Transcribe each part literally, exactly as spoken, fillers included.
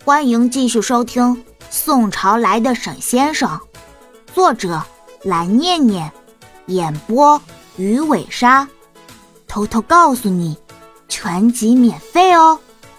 欢迎继续收听《宋朝来的沈先生》，作者蓝念念，演播鱼尾鲨。偷偷告诉你，全集免费哦。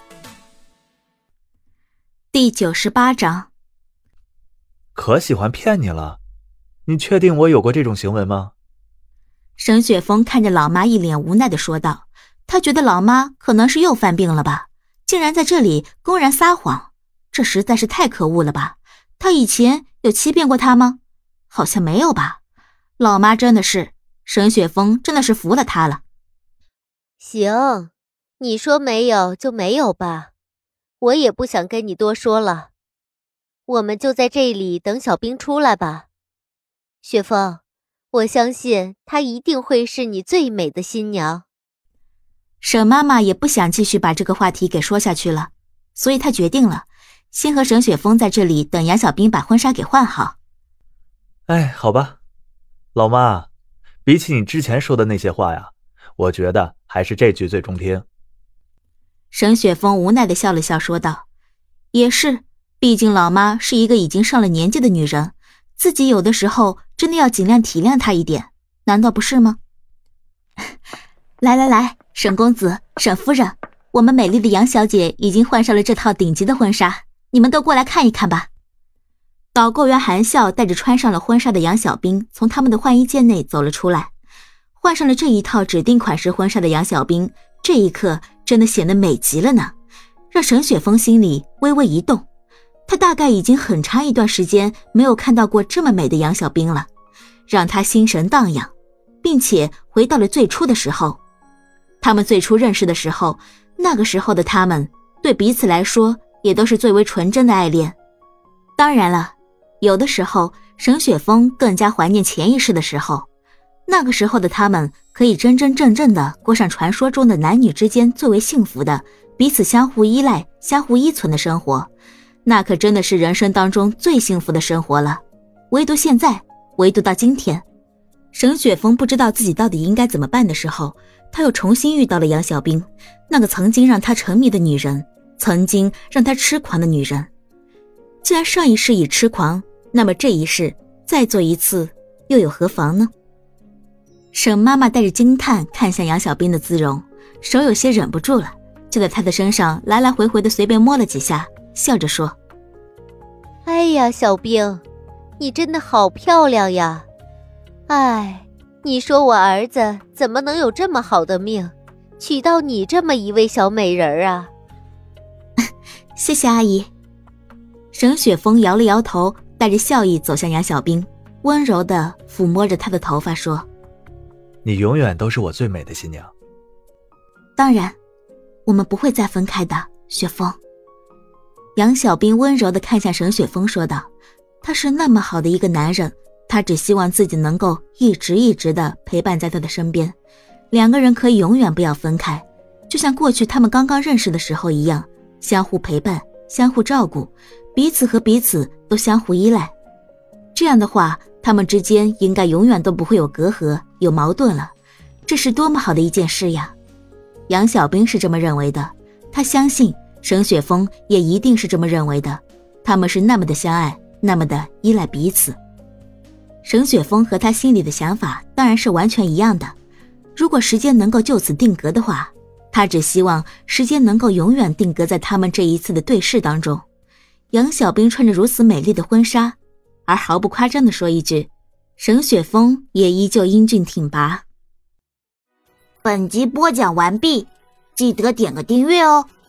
第九十八章。 可喜欢骗你了，你确定我有过这种行为吗？ 沈雪峰看着老妈一脸无奈地说道，他觉得老妈可能是又犯病了吧，竟然在这里公然撒谎，这实在是太可恶了吧。他以前有欺骗过他吗？好像没有吧。老妈真的是，沈雪峰真的是服了他了。 行，你说没有就没有吧，我也不想跟你多说了，我们就在这里等小兵出来吧。雪峰，我相信她一定会是你最美的新娘。 沈妈妈也不想继续把这个话题给说下去了，所以她决定了先和沈雪峰在这里等杨小兵把婚纱给换好。 哎，好吧，老妈，比起你之前说的那些话呀，我觉得还是这句最中听。 沈雪峰无奈地笑了笑说道，也是，毕竟老妈是一个已经上了年纪的女人，自己有的时候真的要尽量体谅她一点，难道不是吗？来来来，沈公子，沈夫人，我们美丽的杨小姐已经换上了这套顶级的婚纱，你们都过来看一看吧。导购员含笑带着穿上了婚纱的杨小兵从他们的换衣间内走了出来。换上了这一套指定款式婚纱的杨小兵，这一刻真的显得美极了呢，让沈雪峰心里微微一动。他大概已经很长一段时间没有看到过这么美的杨小兵了，让他心神荡漾，并且回到了最初的时候。他们最初认识的时候，那个时候的他们对彼此来说也都是最为纯真的爱恋。当然了，有的时候沈雪峰更加怀念前一世的时候，那个时候的他们可以真真正正的过上传说中的男女之间最为幸福的彼此相互依赖相互依存的生活，那可真的是人生当中最幸福的生活了。唯独现在，唯独到今天，沈雪峰不知道自己到底应该怎么办的时候，他又重新遇到了杨小兵，那个曾经让他沉迷的女人，曾经让他痴狂的女人。既然上一世已痴狂，那么这一世再做一次又有何妨呢？沈妈妈带着惊叹看向杨小兵的姿容，手有些忍不住了，就在他的身上来来回回的随便摸了几下，笑着说， 哎呀，小兵，你真的好漂亮呀。哎，你说我儿子怎么能有这么好的命，娶到你这么一位小美人啊。 谢谢阿姨。沈雪峰摇了摇头，带着笑意走向杨小兵，温柔地抚摸着他的头发说， 你永远都是我最美的新娘。 当然，我们不会再分开的，雪峰。杨小兵温柔地看向沈雪峰说道，他是那么好的一个男人，他只希望自己能够一直一直地陪伴在他的身边，两个人可以永远不要分开，就像过去他们刚刚认识的时候一样，相互陪伴，相互照顾，彼此和彼此都相互依赖。这样的话，他们之间应该永远都不会有隔阂，有矛盾了，这是多么好的一件事呀。杨小兵是这么认为的，他相信沈雪峰也一定是这么认为的，他们是那么的相爱，那么的依赖彼此。沈雪峰和他心里的想法当然是完全一样的，如果时间能够就此定格的话，他只希望时间能够永远定格在他们这一次的对视当中。杨小兵穿着如此美丽的婚纱，而毫不夸张地说一句，沈雪峰也依旧英俊挺拔。 本集播讲完毕，记得点个订阅哦。